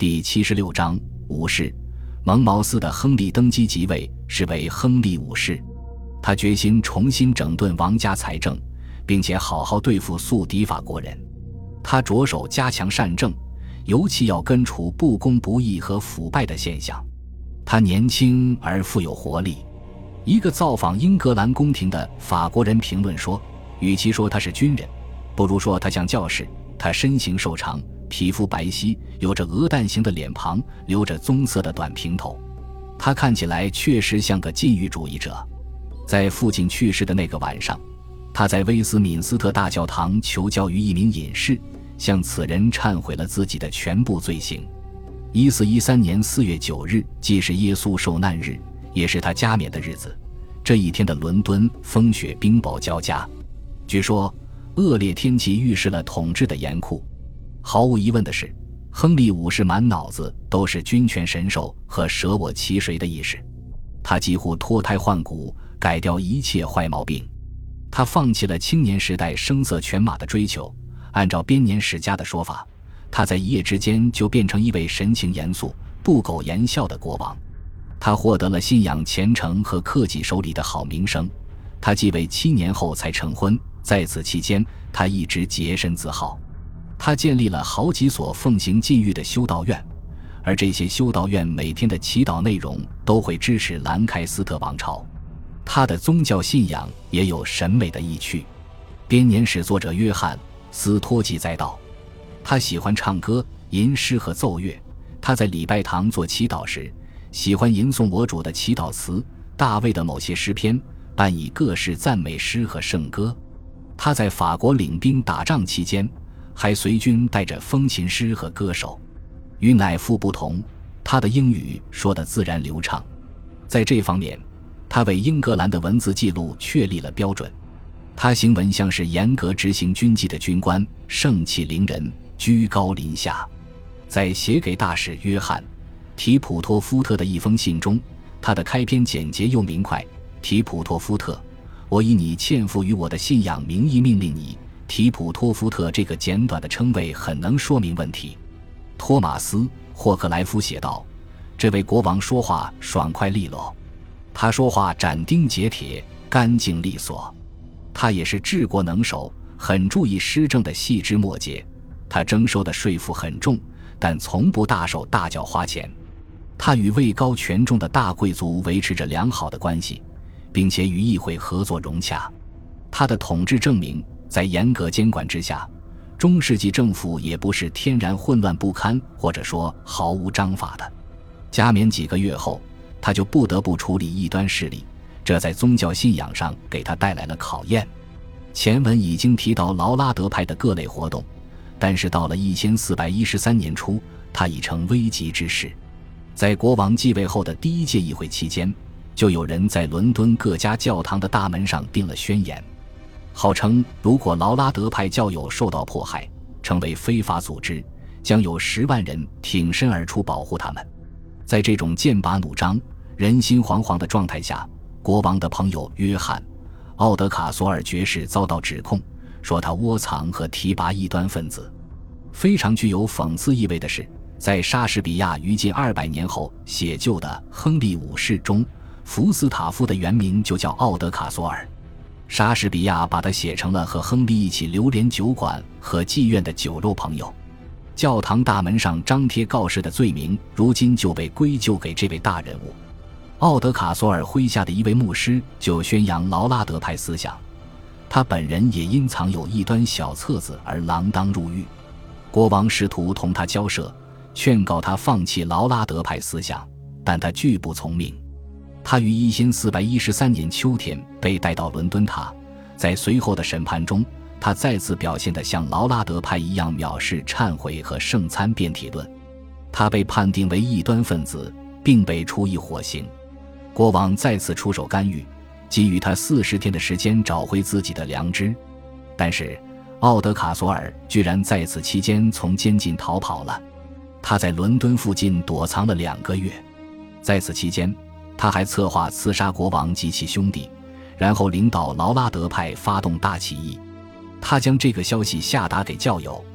第76章武士。蒙茅斯的亨利登基即位，是为亨利五世。他决心重新整顿王家财政，并且好好对付宿敌法国人。他着手加强善政，尤其要根除不公不义和腐败的现象。他年轻而富有活力。一个造访英格兰宫廷的法国人评论说，与其说他是军人，不如说他像教士。他身形瘦长，皮肤白皙，有着鹅蛋形的脸庞，留着棕色的短平头。他看起来确实像个禁欲主义者。在父亲去世的那个晚上，他在威斯敏斯特大教堂求教于一名隐士，向此人忏悔了自己的全部罪行。1413年4月9日，既是耶稣受难日，也是他加冕的日子。这一天的伦敦风雪冰雹交加，据说恶劣天气预示了统治的严酷。毫无疑问的是，亨利五世满脑子都是君权神授和舍我其谁的意识。他几乎脱胎换骨，改掉一切坏毛病。他放弃了青年时代声色犬马的追求，按照编年史家的说法，他在一夜之间就变成一位神情严肃、不苟言笑的国王。他获得了信仰虔诚和克己守礼的好名声。他继位7年后才成婚，在此期间他一直洁身自好。他建立了好几所奉行禁欲的修道院，而这些修道院每天的祈祷内容都会支持兰开斯特王朝。他的宗教信仰也有审美的意趣。编年史作者约翰·斯托记载道，他喜欢唱歌、吟诗和奏乐。他在礼拜堂做祈祷时，喜欢吟诵我主的祈祷词、大卫的某些诗篇，伴以各式赞美诗和圣歌。他在法国领兵打仗期间，还随军带着风琴师和歌手。与乃父不同，他的英语说得自然流畅。在这方面，他为英格兰的文字记录确立了标准。他行文像是严格执行军纪的军官，盛气凌人，居高临下。在写给大使约翰·提普托夫特的一封信中，他的开篇简洁又明快。提普托夫特，我以你欠付于我的信仰名义命令你。提普托夫特这个简短的称谓很能说明问题。托马斯·霍克莱夫写道，这位国王说话爽快利落，他说话斩钉截铁，干净利索。他也是治国能手，很注意施政的细枝末节。他征收的税负很重，但从不大手大脚花钱。他与位高权重的大贵族维持着良好的关系，并且与议会合作融洽。他的统治证明，在严格监管之下，中世纪政府也不是天然混乱不堪，或者说毫无章法的。加冕几个月后，他就不得不处理异端势力，这在宗教信仰上给他带来了考验。前文已经提到劳拉德派的各类活动，但是到了1413年初，他已成危急之势。在国王继位后的第一届议会期间，就有人在伦敦各家教堂的大门上钉了宣言，号称如果劳拉德派教友受到迫害，成为非法组织，将有10万人挺身而出保护他们。在这种剑拔弩张、人心惶惶的状态下，国王的朋友约翰·奥德卡索尔爵士遭到指控，说他窝藏和提拔异端分子。非常具有讽刺意味的是，在莎士比亚于近200年后写就的《亨利五世》中，福斯塔夫的原名就叫奥德卡索尔。莎士比亚把他写成了和亨利一起流连酒馆和妓院的酒肉朋友。教堂大门上张贴告示的罪名，如今就被归咎给这位大人物。奥德卡索尔麾下的一位牧师就宣扬劳拉德派思想，他本人也因藏有异端小册子而锒铛入狱。国王试图同他交涉，劝告他放弃劳拉德派思想，但他拒不从命。他于1413年秋天被带到伦敦塔，在随后的审判中，他再次表现得像劳拉德派一样藐视忏悔和圣餐变体论。他被判定为异端分子，并被处以火刑。国王再次出手干预，给予他40天的时间找回自己的良知。但是奥德卡索尔居然在此期间从监禁逃跑了。他在伦敦附近躲藏了2个月。在此期间，他还策划刺杀国王及其兄弟，然后领导劳拉德派发动大起义。他将这个消息下达给教友，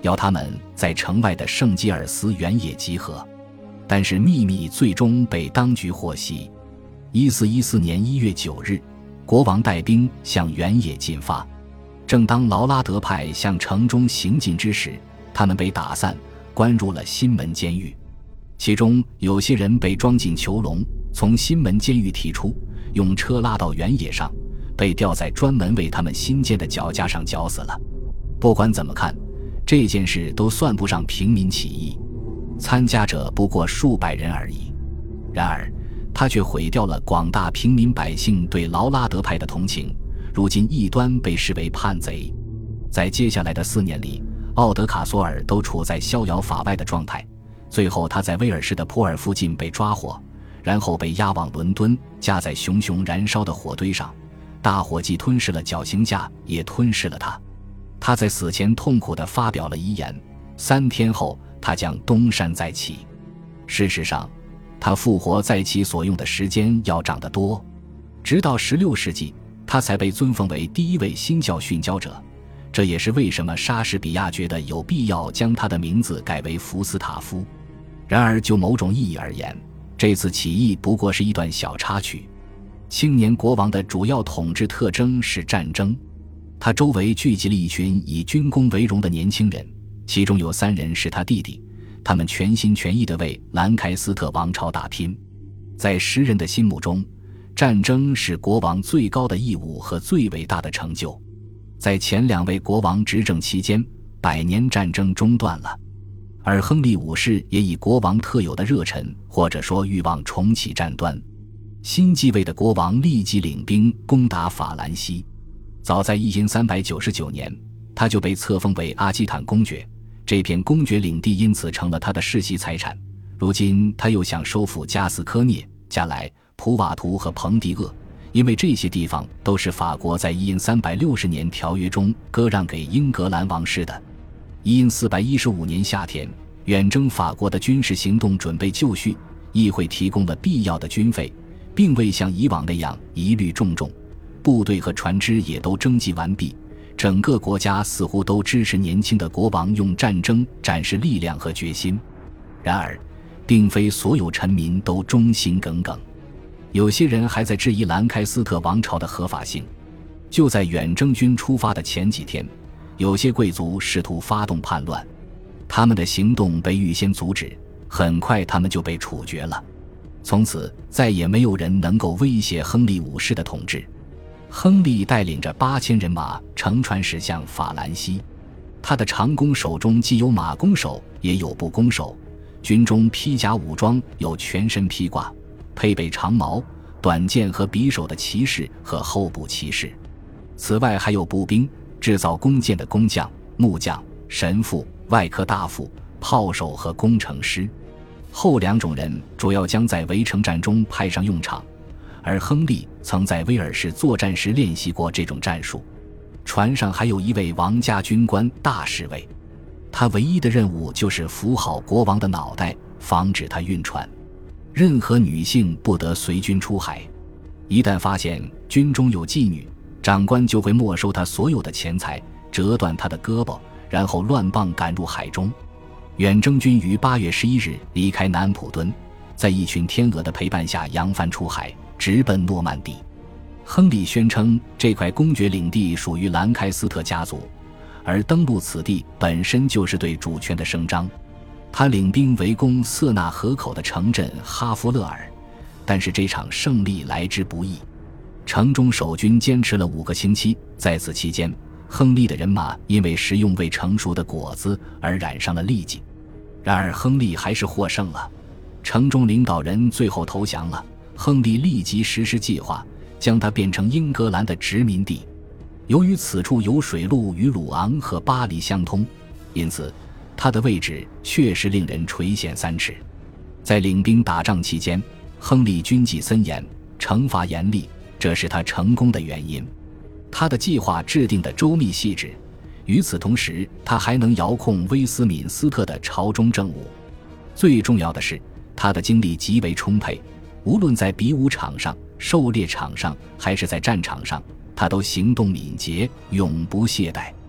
要他们在城外的圣基尔斯原野集合，但是秘密最终被当局获悉。1414年1月9日，国王带兵向原野进发。正当劳拉德派向城中行进之时，他们被打散，关入了新门监狱。其中有些人被装进囚笼，从新门监狱提出，用车拉到原野上，被吊在专门为他们新建的脚架上绞死了。不管怎么看，这件事都算不上平民起义，参加者不过数百人而已。然而他却毁掉了广大平民百姓对劳拉德派的同情，如今异端被视为叛贼。在接下来的4年里，奥德卡索尔都处在逍遥法外的状态。最后他在威尔士的普尔附近被抓获，然后被押往伦敦，架在熊熊燃烧的火堆上。大火既吞噬了绞刑架，也吞噬了他。他在死前痛苦地发表了遗言，3天后他将东山再起。事实上，他复活再起所用的时间要长得多，直到16世纪他才被尊奉为第一位新教殉教者。这也是为什么莎士比亚觉得有必要将他的名字改为福斯塔夫。然而就某种意义而言，这次起义不过是一段小插曲。青年国王的主要统治特征是战争，他周围聚集了一群以军功为荣的年轻人，其中有3人是他弟弟，他们全心全意地为兰开斯特王朝打拼。在诗人的心目中，战争是国王最高的义务和最伟大的成就。在前2位国王执政期间，100年战争中断了，而亨利五世也以国王特有的热忱或者说欲望重启战端。新继位的国王立即领兵攻打法兰西。早在1399年，他就被册封为阿基坦公爵，这片公爵领地因此成了他的世袭财产。如今他又想收复加斯科涅、加莱、普瓦图和蓬迪厄，因为这些地方都是法国在1360年条约中割让给英格兰王室的。1415年夏天，远征法国的军事行动准备就绪，议会提供了必要的军费，并未像以往那样一律重重，部队和船只也都征集完毕，整个国家似乎都支持年轻的国王用战争展示力量和决心。然而并非所有臣民都忠心耿耿，有些人还在质疑兰开斯特王朝的合法性。就在远征军出发的前几天，有些贵族试图发动叛乱，他们的行动被预先阻止，很快他们就被处决了。从此再也没有人能够威胁亨利五世的统治。亨利带领着8000人马乘船驶向法兰西，他的长弓手中既有马弓手也有步弓手，军中披甲武装，有全身披挂，配备长矛、短剑和匕首的骑士和候补骑士。此外还有步兵、制造弓箭的工匠、木匠、神父、外科大夫、炮手和工程师。后2种人主要将在围城战中派上用场，而亨利曾在威尔士作战时练习过这种战术。船上还有一位王家军官大侍卫，他唯一的任务就是扶好国王的脑袋，防止他晕船。任何女性不得随军出海，一旦发现军中有妓女，长官就会没收他所有的钱财，折断他的胳膊，然后乱棒赶入海中。远征军于8月11日离开南普敦，在一群天鹅的陪伴下扬帆出海，直奔诺曼底。亨利宣称这块公爵领地属于兰开斯特家族，而登陆此地本身就是对主权的声张。他领兵围攻瑟纳河口的城镇哈夫勒尔，但是这场胜利来之不易。城中守军坚持了5个星期，在此期间，亨利的人马因为食用未成熟的果子而染上了痢疾。然而亨利还是获胜了，城中领导人最后投降了。亨利立即实施计划，将它变成英格兰的殖民地。由于此处有水路与鲁昂和巴黎相通，因此它的位置确实令人垂涎3尺。在领兵打仗期间，亨利军纪森严，惩罚严厉，这是他成功的原因。他的计划制定得周密细致，与此同时他还能遥控威斯敏斯特的朝中政务。最重要的是，他的精力极为充沛，无论在比武场上、狩猎场上还是在战场上，他都行动敏捷，永不懈怠。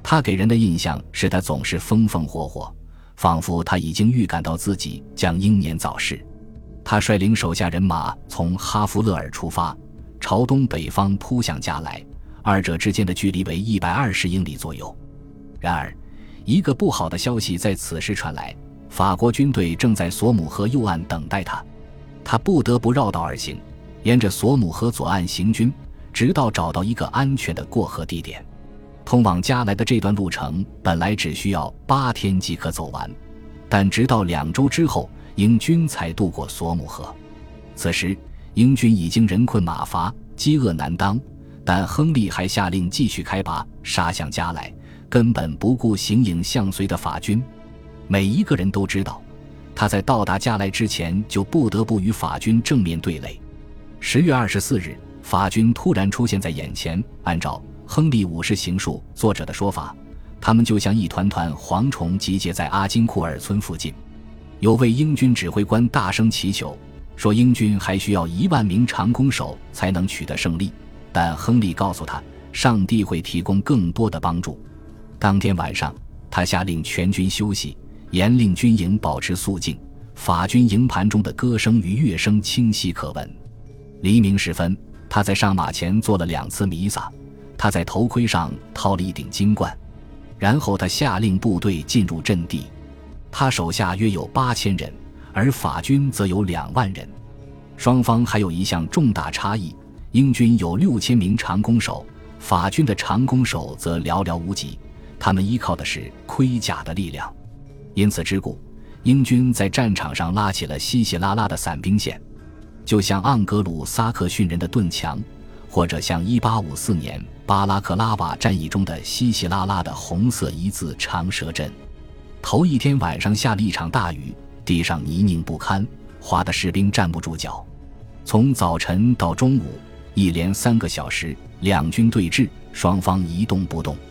他给人的印象是他总是风风火火，仿佛他已经预感到自己将英年早逝。他率领手下人马从哈弗勒尔出发，朝东北方扑向加莱，二者之间的距离为120英里左右。然而，一个不好的消息在此时传来，法国军队正在索姆河右岸等待他。他不得不绕道而行，沿着索姆河左岸行军，直到找到一个安全的过河地点。通往加莱的这段路程本来只需要8天即可走完，但直到2周之后，英军才渡过索姆河。此时英军已经人困马乏，饥饿难当，但亨利还下令继续开拔，杀向加莱，根本不顾形影相随的法军。每一个人都知道，他在到达加莱之前就不得不与法军正面对垒。10月24日，法军突然出现在眼前，按照亨利五世行述作者的说法，他们就像一团团蝗虫集结在阿金库尔村附近。有位英军指挥官大声祈求，说英军还需要1万名长弓手才能取得胜利，但亨利告诉他，上帝会提供更多的帮助。当天晚上，他下令全军休息，严令军营保持肃静，法军营盘中的歌声与乐声清晰可闻。黎明时分，他在上马前做了2次弥撒，他在头盔上套了一顶金冠，然后他下令部队进入阵地。他手下约有8000人，而法军则有2万人。双方还有一项重大差异，英军有6000名长弓手，法军的长弓手则寥寥无几，他们依靠的是盔甲的力量。因此之故，英军在战场上拉起了稀稀拉拉的散兵线，就像盎格鲁撒克逊人的盾墙，或者像1854年巴拉克拉瓦战役中的稀稀拉拉的红色一字长蛇阵。头一天晚上下了一场大雨，地上泥泞不堪，滑的士兵站不住脚。从早晨到中午，一连3个小时，两军对峙，双方一动不动。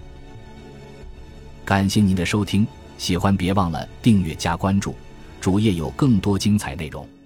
感谢您的收听，喜欢别忘了订阅加关注，主页有更多精彩内容。